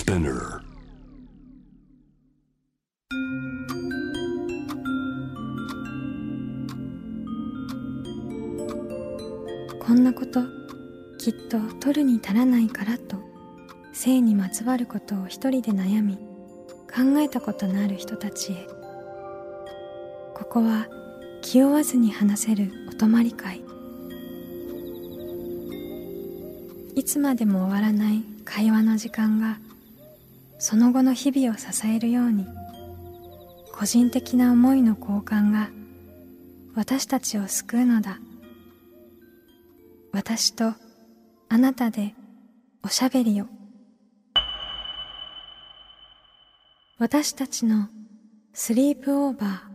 Spinner. こんなこときっと取るに足らないからと性にまつわることを一人で悩み考えたことのある人たちへ、ここは気負わずに話せるお泊まり会。いつまでも終わらない会話の時間がその後の日々を支えるように、個人的な思いの交換が私たちを救うのだ。私とあなたでおしゃべりを。私たちのスリープオーバー。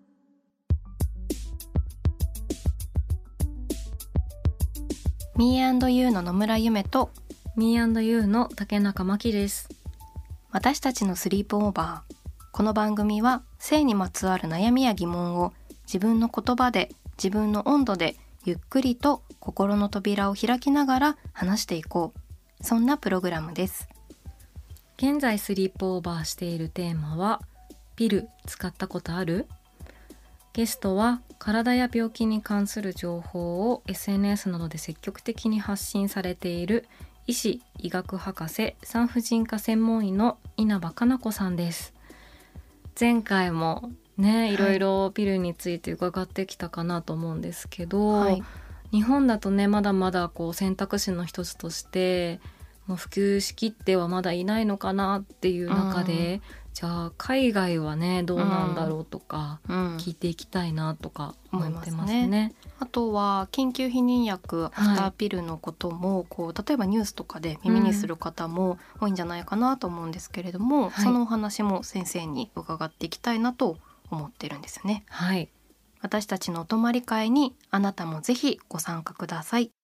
Me&You の野村ゆめと Me&You の竹中真希です。 私たちのスリープオーバー。この番組は性にまつわる悩みや疑問を自分の言葉で自分の温度でゆっくりと心の扉を開きながら話していこう、そんなプログラムです。 現在スリープオーバーしているテーマはピル使ったことある？ゲストは体や病気に関する情報を SNS などで積極的に発信されている医師・医学博士産婦人科専門医の稲葉可奈子さんです。前回もね、いろいろピルについて伺ってきたかなと思うんですけど、はい、日本だとねまだまだこう選択肢の一つとしてもう普及しきってはまだいないのかなっていう中で、じゃあ海外はねどうなんだろうとか聞いていきたいなとか思ってますね。 あとは緊急避妊薬アフターピルのことも、こう例えばニュースとかで耳にする方も多いんじゃないかなと思うんですけれども、そのお話も先生に伺っていきたいなと思ってるんですね。 はい、 私たちのお泊まり会にあなたもぜひご参加ください。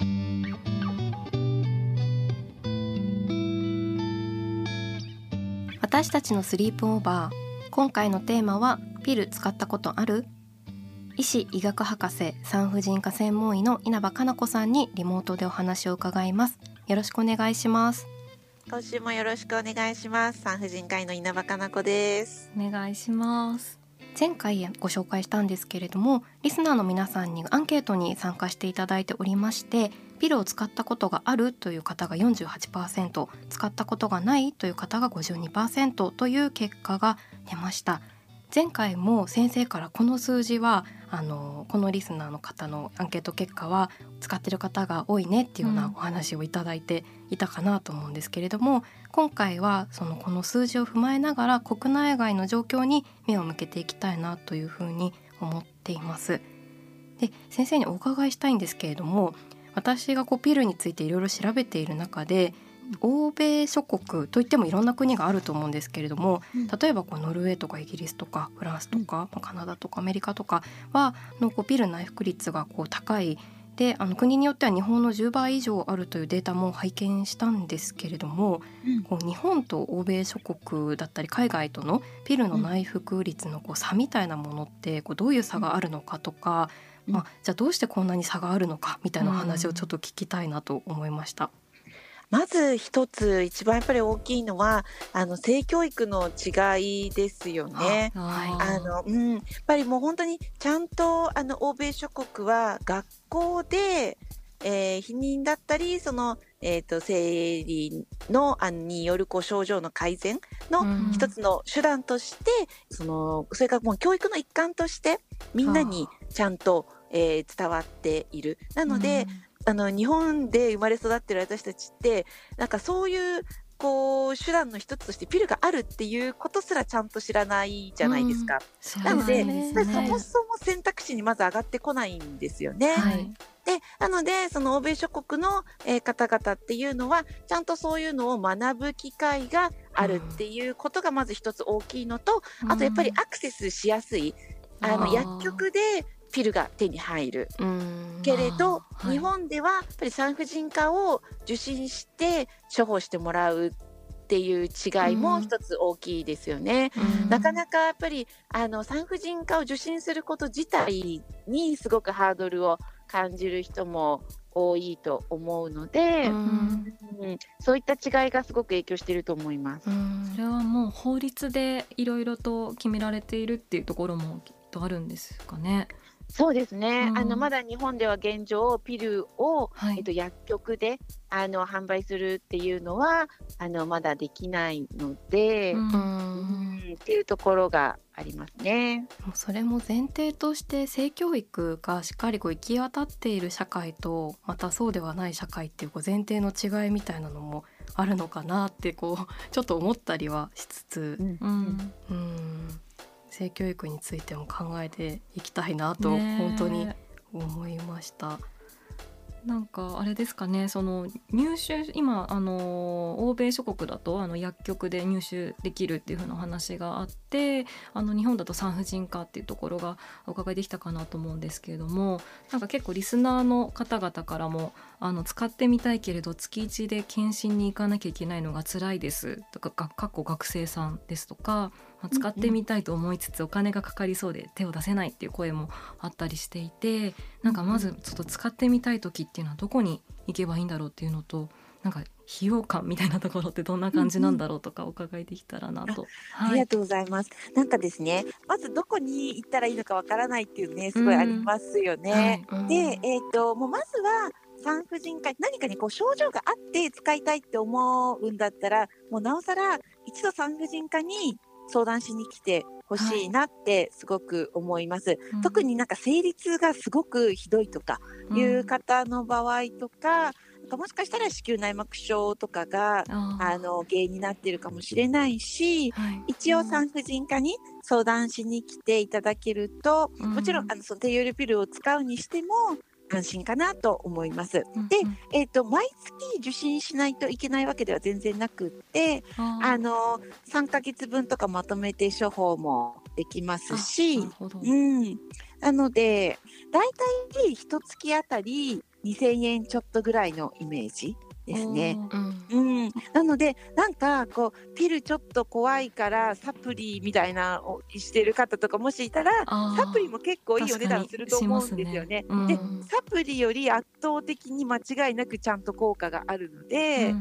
私たちのスリープオーバー。今回のテーマはピル使ったことある？医師・医学博士産婦人科専門医の稲葉可奈子さんにリモートでお話を伺います。よろしくお願いします。 今週もよろしくお願いします。産婦人科医の稲葉可奈子です。 お願いします。 前回ご紹介したんですけれども、リスナーの皆さんにアンケートに参加していただいておりまして、ピルを使ったことがあるという方が 48%、 使ったことがないという方が 52% という結果が出ました。前回も先生からこの数字はこのリスナーの方のアンケート結果は使ってる方が多いねっていうようなお話をいただいていたかなと思うんですけれども、今回はこの数字を踏まえながら国内外の状況に目を向けていきたいなというふうに思っています。で、先生にお伺いしたいんですけれども、私がピルについていろいろ調べている中で、欧米諸国といってもいろんな国があると思うんですけれども、例えばノルウェーとかイギリスとかフランスとか、カナダとかアメリカとかはピル内服率が高いで、国によっては日本の10倍以上あるというデータも拝見したんですけれども、日本と欧米諸国だったり海外とのピルの内服率の差みたいなものってどういう差があるのかとか、じゃあどうしてこんなに差があるのかみたいな話をちょっと聞きたいなと思いました。 まず一つ一番やっぱり大きいのは性教育の違いですよね。やっぱりもう本当にちゃんと欧米諸国は学校で、避妊だったり生理のによる症状の改善の一つの手段として、それからもう教育の一環としてみんなにちゃんと、伝わっている。なので、日本で生まれ育ってる私たちってそういう手段の一つとしてピルがあるっていうことすらちゃんと知らないじゃないですか。なので、そもそも選択肢にまず上がってこないんですよね。で、なので欧米諸国の、方々っていうのはちゃんとそういうのを学ぶ機会があるっていうことがまず一つ大きいのと、あとやっぱりアクセスしやすい薬局でピルが手に入るけれど、日本ではやっぱり産婦人科を受診して処方してもらうっていう違いも一つ大きいですよね。なかなかやっぱり産婦人科を受診すること自体にすごくハードルを感じる人も多いと思うので、そういった違いがすごく影響していると思います。 それはもう法律でいろいろと決められているっていうところもきっとあるんですかね。 そうですね、まだ日本では現状ピルを、薬局で販売するっていうのはまだできないので、っていうところがありますね。 それも前提として性教育がしっかり行き渡っている社会とまたそうではない社会っていう前提の違いみたいなのもあるのかなってちょっと思ったりはしつつ、性教育についても考えていきたいなと本当に思いました。 なんかあれですかね、その入手今欧米諸国だと薬局で入手できるっていう風な話があって、日本だと産婦人科っていうところがお伺いできたかなと思うんですけれども、なんか結構リスナーの方々からも使ってみたいけれど月1で検診に行かなきゃいけないのが辛いですとか、学生さんですとか、使ってみたいと思いつつお金がかかりそうで手を出せないっていう声もあったりしていて、なんかまずちょっと使ってみたい時っていうのはどこに行けばいいんだろうっていうのと、なんか費用感みたいなところってどんな感じなんだろうとかお伺いできたらなと。 ありがとうございます。なんかですね、まずどこに行ったらいいのかわからないっていうね、すごいありますよね。で、もうまずは産婦人科、何かに症状があって使いたいって思うんだったら、もうなおさら一度産婦人科に相談しに来てほしいなってすごく思います。特になんか生理痛がすごくひどいとかいう方の場合とか、もしかしたら子宮内膜症とかが原因になっているかもしれないし、一応産婦人科に相談しに来ていただけると、もちろんその低用量ピルを使うにしても安心かなと思います。で、毎月受診しないといけないわけでは全然なくって、3ヶ月分とかまとめて処方もできますし、なのでだいたい1月あたり2000円ちょっとぐらいのイメージですね。なのでなんかピルちょっと怖いからサプリみたいなをしてる方とかもしいたら、サプリも結構いいお値段すると思うんですよね。で、サプリより圧倒的に間違いなくちゃんと効果があるので、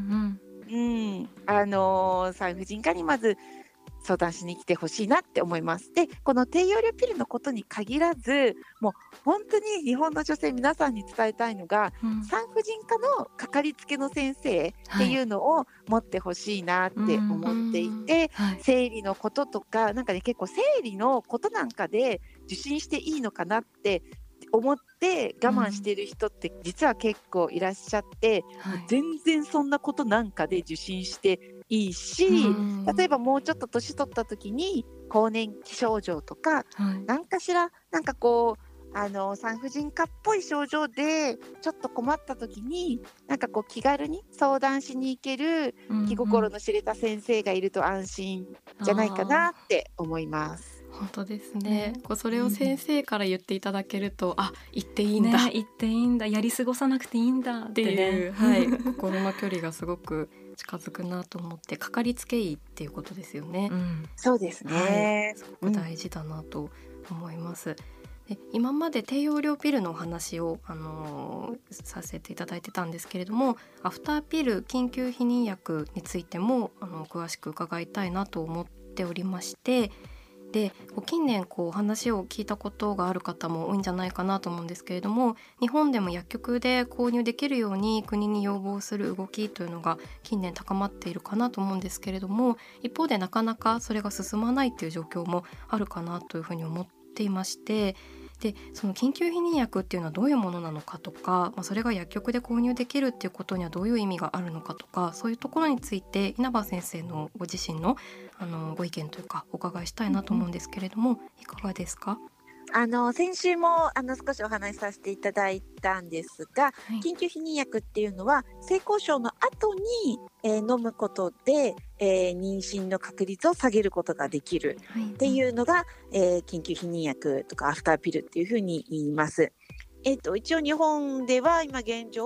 産婦人科にまず相談しに来てほしいなって思います。で、この低用量ピルのことに限らず、もう本当に日本の女性皆さんに伝えたいのが、産婦人科のかかりつけの先生っていうのを持ってほしいなって思っていて、生理のこととか、なんかね、結構生理のことなんかで受診していいのかなって思って我慢している人って実は結構いらっしゃって、全然そんなことなんかで受診していいし、例えばもうちょっと年取った時に更年期症状とか、何かしらなんか産婦人科っぽい症状でちょっと困った時になんか気軽に相談しに行ける気心の知れた先生がいると安心じゃないかなって思います。 本当ですね。それを先生から言っていただけると、言っていいんだ、 言っていいんだ、やり過ごさなくていいんだっていう、 心の距離がすごく近づくなと思って、かかりつけ医っていうことですよね。 そうですね、 すごく大事だなと思います。で、今まで低用量ピルのお話を、させていただいてたんですけれども、アフターピル緊急避妊薬についても詳しく伺いたいなと思っておりまして、で近年お話を聞いたことがある方も多いんじゃないかなと思うんですけれども、日本でも薬局で購入できるように国に要望する動きというのが近年高まっているかなと思うんですけれども、一方でなかなかそれが進まないっていう状況もあるかなというふうに思っていまして、でその緊急避妊薬っていうのはどういうものなのかとか、それが薬局で購入できるっていうことにはどういう意味があるのかとか、そういうところについて稲葉先生のご自身のご意見というかお伺いしたいなと思うんですけれども、いかがですか？ 先週も少しお話しさせていただいたんですが、緊急避妊薬っていうのは性交渉の後に、飲むことで、妊娠の確率を下げることができるっていうのが、緊急避妊薬とかアフターピルっていうふうに言います。一応日本では今現状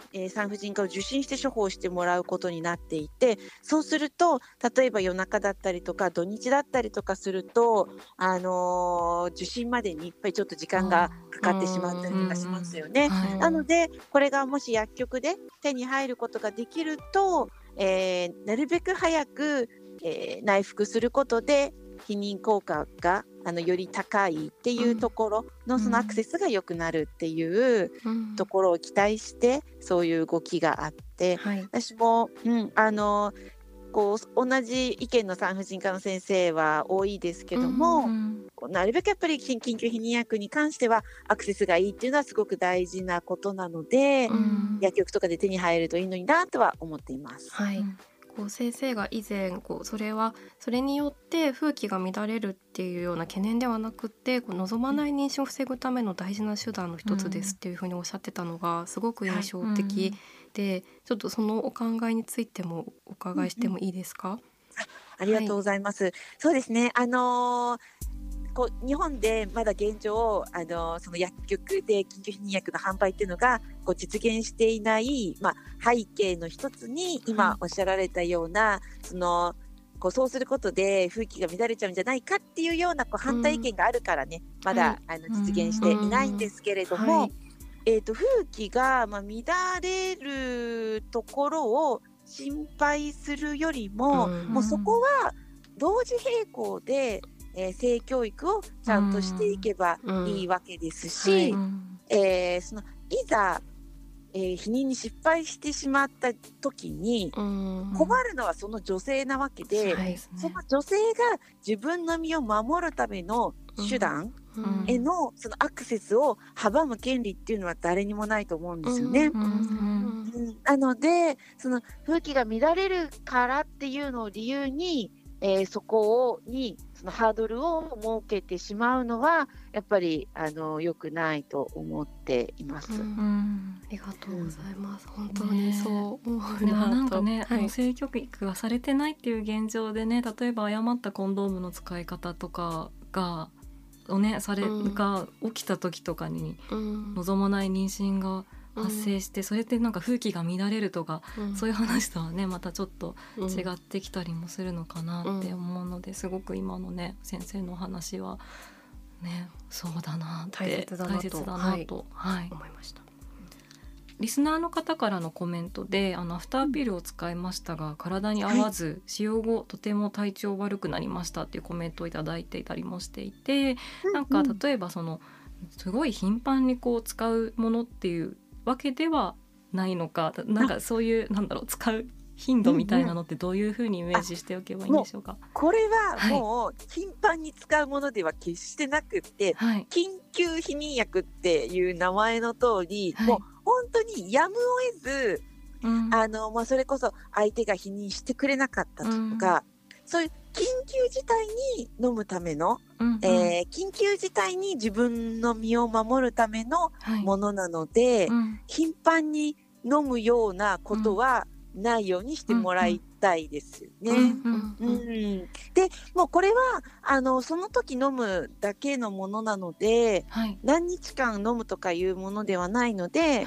産婦人科を受診して処方してもらうことになっていて、そうすると例えば夜中だったりとか土日だったりとかすると、受診までにやっぱりちょっと時間がかかってしまったりとかしますよね。 はいなのでこれがもし薬局で手に入ることができると、なるべく早く、内服することで避妊効果がより高いっていうところの、そのアクセスが良くなるっていうところを期待してそういう動きがあって、 はい、 私も、こう同じ意見の産婦人科の先生は多いですけども、なるべくやっぱり緊急避妊薬に関してはアクセスがいいっていうのはすごく大事なことなので、薬局とかで手に入るといいのになとは思っています。 はい、こう先生が以前それによって風紀が乱れるっていうような懸念ではなくて、望まない妊娠を防ぐための大事な手段の一つですっていうふうにおっしゃってたのがすごく印象的で、ちょっとそのお考えについてもお伺いしてもいいですか？ ありがとうございます。そうですね。日本でまだ現状、その薬局で緊急避妊薬の販売っていうのが実現していない、背景の一つに今おっしゃられたような、そうすることで風紀が乱れちゃうんじゃないかっていうような反対意見があるからね、まだ、実現していないんですけれども、風紀が乱れるところを心配するよりも、もうそこは同時並行で性教育をちゃんとしていけばいいわけですし、いざ、避妊に失敗してしまった時に困るのはその女性なわけで、その女性が自分の身を守るための手段へのそのアクセスを阻む権利っていうのは誰にもないと思うんですよね。なのでその風紀が乱れるからっていうのを理由にそこにそのハードルを設けてしまうのはやっぱり良くないと思っています。 ありがとうございます。本当にそう思うなと。 なんかね、性教育がされてないっていう現状でね、例えば誤ったコンドームの使い方とかがが起きた時とかに望まない妊娠が発生して、それってなんか風紀が乱れるとか、そういう話とはねまたちょっと違ってきたりもするのかなって思うので、すごく今のね先生の話はねそうだなって大切だなと、 思いました。 リスナーの方からのコメントでアフターピルを使いましたが体に合わず、使用後とても体調悪くなりましたっていうコメントをいただいていたりもしていて、なんか例えばすごい頻繁に使うものっていうわけではないのか、なんかそういう使う頻度みたいなのってどういうふうにイメージしておけばいいんでしょうか？ これはもう頻繁に使うものでは決してなくって、緊急避妊薬っていう名前の通り、もう本当にやむを得ず、それこそ相手が避妊してくれなかったとか、そういう緊急事態に飲むための、緊急事態に自分の身を守るためのものなので、頻繁に飲むようなことはないようにしてもらいたいですね。でもうこれはその時飲むだけのものなので、何日間飲むとかいうものではないので、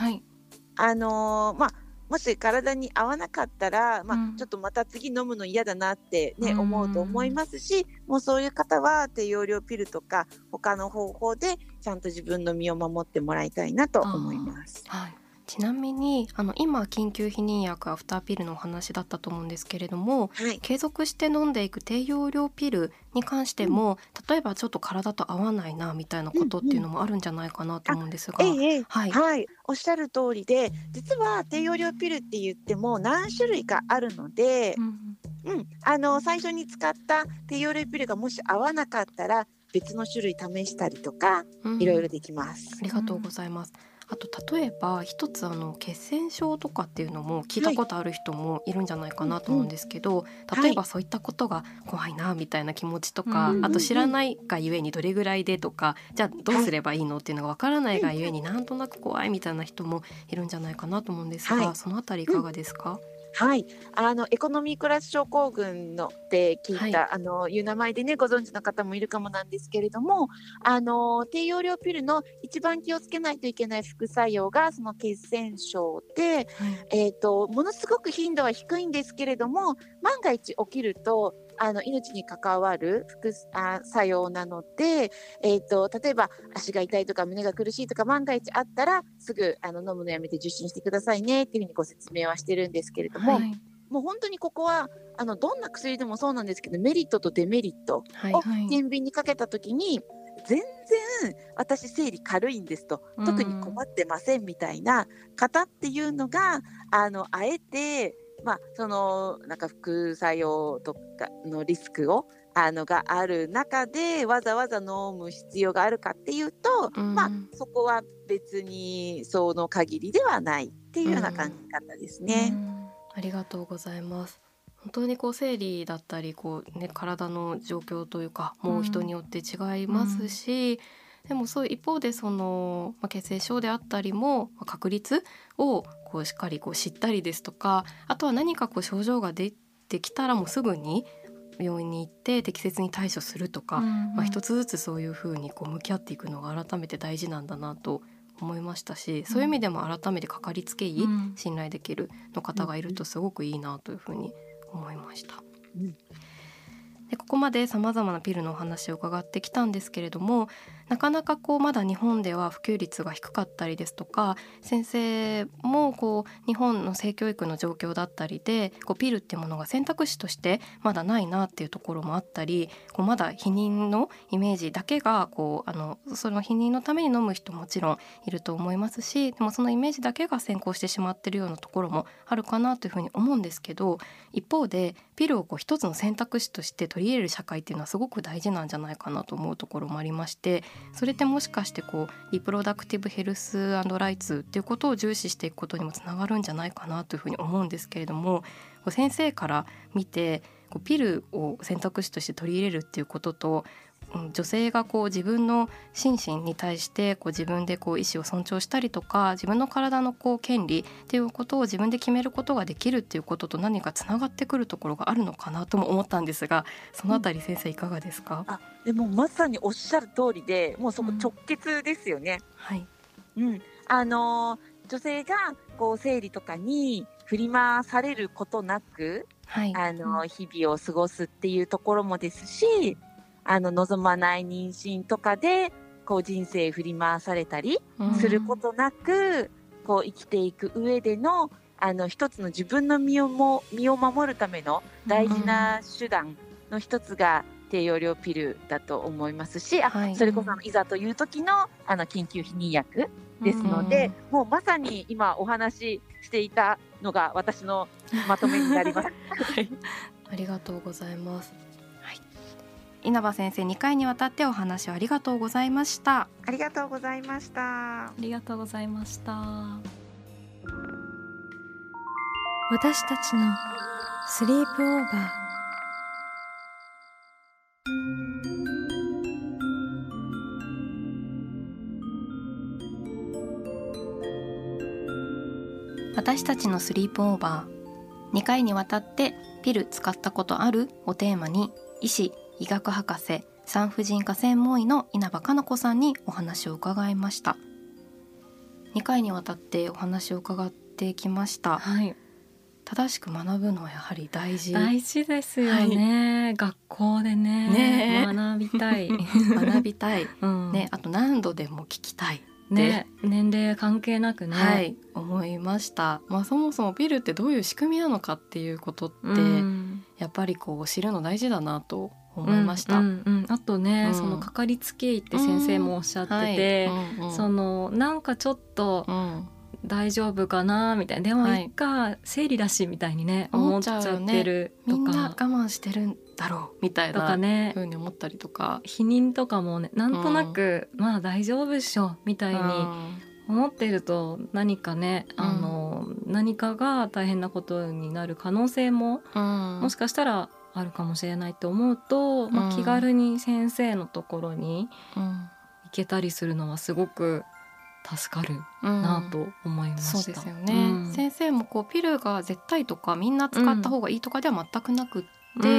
もし体に合わなかったら、ちょっとまた次飲むの嫌だなって、思うと思いますし、もうそういう方は低用量ピルとか他の方法でちゃんと自分の身を守ってもらいたいなと思います。 ちなみに今緊急避妊薬アフターピルのお話だったと思うんですけれども、継続して飲んでいく低用量ピルに関しても、例えばちょっと体と合わないなみたいなことっていうのもあるんじゃないかなと思うんですが、 おっしゃる通りで、実は低用量ピルって言っても何種類かあるので、最初に使った低用量ピルがもし合わなかったら別の種類試したりとか、いろいろできます。 ありがとうございます。あと例えば一つ血栓症とかっていうのも聞いたことある人もいるんじゃないかなと思うんですけど、例えばそういったことが怖いなみたいな気持ちとか、あと知らないがゆえにどれぐらいでとか、じゃあどうすればいいのっていうのがわからないがゆえになんとなく怖いみたいな人もいるんじゃないかなと思うんですが、そのあたりいかがですか？ はい、エコノミークラス症候群のって聞いた、いう名前でね、ご存知の方もいるかもなんですけれども、低用量ピルの一番気をつけないといけない副作用が、その血栓症で、ものすごく頻度は低いんですけれども、万が一起きると、命に関わる作用なので、例えば足が痛いとか胸が苦しいとか万が一あったらすぐ飲むのやめて受診してくださいねっていうふうにご説明はしてるんですけれども、もう本当にここはどんな薬でもそうなんですけど、メリットとデメリットを天秤にかけた時に、全然私生理軽いんですと、特に困ってませんみたいな方っていうのがあえてそのなんか副作用とかのリスクをがある中でわざわざ飲む必要があるかっていうと、そこは別にその限りではないっていうような考え方ですね。 ありがとうございます。本当に生理だったり体の状況というかもう人によって違いますし、でもそういう一方で血清症であったりも確率をしっかり知ったりですとか、あとは何か症状が出てきたらもうすぐに病院に行って適切に対処するとか、一つずつそういうふうに向き合っていくのが改めて大事なんだなと思いましたし、そういう意味でも改めてかかりつけ医、信頼できるの方がいるとすごくいいなというふうに思いました。でここまでさまざまなピルのお話を伺ってきたんですけれども、なかなかまだ日本では普及率が低かったりですとか、先生も日本の性教育の状況だったりでピルっていうものが選択肢としてまだないなっていうところもあったり、まだ避妊のイメージだけがその避妊のために飲む人もちろんいると思いますし、でもそのイメージだけが先行してしまっているようなところもあるかなというふうに思うんですけど、一方でピルを一つの選択肢として取り入れる社会っていうのはすごく大事なんじゃないかなと思うところもありまして、それってもしかしてリプロダクティブヘルス&ライツっていうことを重視していくことにもつながるんじゃないかなというふうに思うんですけれども、先生から見てピルを選択肢として取り入れるっていうことと、女性が自分の心身に対して自分で意思を尊重したりとか、自分の体の権利っていうことを自分で決めることができるっていうことと何かつながってくるところがあるのかなとも思ったんですが、そのあたり先生いかがですか？ でもまさにおっしゃる通りで、もうそこ直結ですよね。女性が生理とかに振り回されることなく、日々を過ごすっていうところもですし、望まない妊娠とかで人生振り回されたりすることなく、生きていく上での一つの自分の身を守るための大事な手段の一つが低用量ピルだと思いますし、それこそいざという時の緊急避妊薬ですので、もうまさに今お話ししていたのが私のまとめになります。 ありがとうございます。稲葉先生、2回にわたってお話をありがとうございました。 ありがとうございました。 ありがとうございました。 私たちのスリープオーバー。 私たちのスリープオーバー、2回にわたってピル使ったことあるをテーマに、医師、医学博士、産婦人科専門医の稲葉可奈子さんにお話を伺いました。2回にわたってお話を伺ってきました。正しく学ぶのはやはり大事ですよね。学校でね学びたい学びたい、あと何度でも聞きたい年齢関係なくね、 思いました。そもそもピルってどういう仕組みなのかっていうことって、やっぱり知るの大事だなと思いました。 あとね、そのかかりつけ医って先生もおっしゃってて、なんかちょっと、大丈夫かなみたいな、でもいっか、生理だしみたいにね思っちゃってるとか、 みんな我慢してるんだろうみたいなふうに思ったりとか、 避妊とかもね、なんとなく、まあ大丈夫っしょみたいに思ってると、何かね、何かが大変なことになる可能性も、もしかしたらあるかもしれないと思うと、気軽に先生のところに行けたりするのはすごく助かるなと思いました。 そうですよね、先生もピルが絶対とかみんな使った方がいいとかでは全くなくって、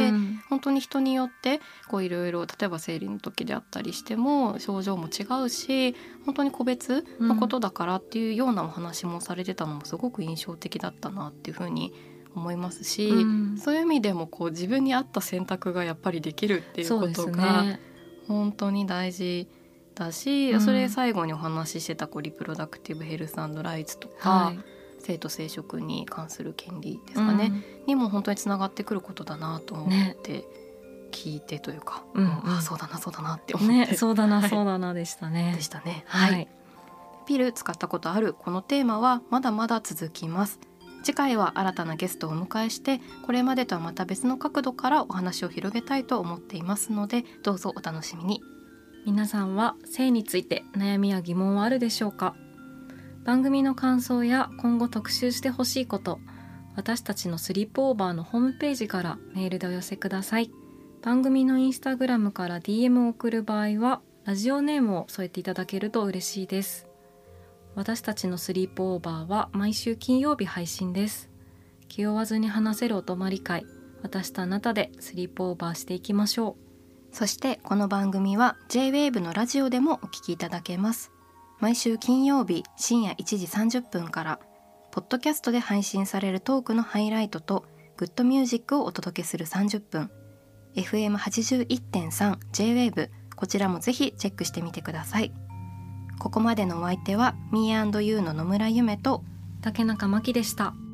本当に人によっていろいろ、例えば生理の時であったりしても症状も違うし、本当に個別のことだからっていうようなお話もされてたのもすごく印象的だったなっていうふうに思いますし、そういう意味でも自分に合った選択がやっぱりできるっていうことが本当に大事だし、それ最後にお話ししてたリプロダクティブヘルス&ライツとか、性と生殖に関する権利ですかね、にも本当につながってくることだなと思って聞いてというか、そうだなそうだなって思って、 そうだなそうだなでしたね。 ピル使ったことあるこのテーマはまだまだ続きます。次回は新たなゲストをお迎えして、これまでとはまた別の角度からお話を広げたいと思っていますので、どうぞお楽しみに。 皆さんは性について悩みや疑問はあるでしょうか？番組の感想や今後特集してほしいこと、私たちのスリープオーバーのホームページからメールでお寄せください。番組のインスタグラムから DM を送る場合はラジオネームを添えていただけると嬉しいです。私たちのスリープオーバーは毎週金曜日配信です。気負わずに話せるお泊まり会、私とあなたでスリープオーバーしていきましょう。 そしてこの番組は J-WAVE のラジオでもお聞きいただけます。毎週金曜日深夜1時30分からポッドキャストで配信されるトークのハイライトとグッドミュージックをお届けする30分 FM81.3 J-WAVE、 こちらもぜひチェックしてみてください。ここまでのお相手は Me&You の野村ゆめと竹中真希でした。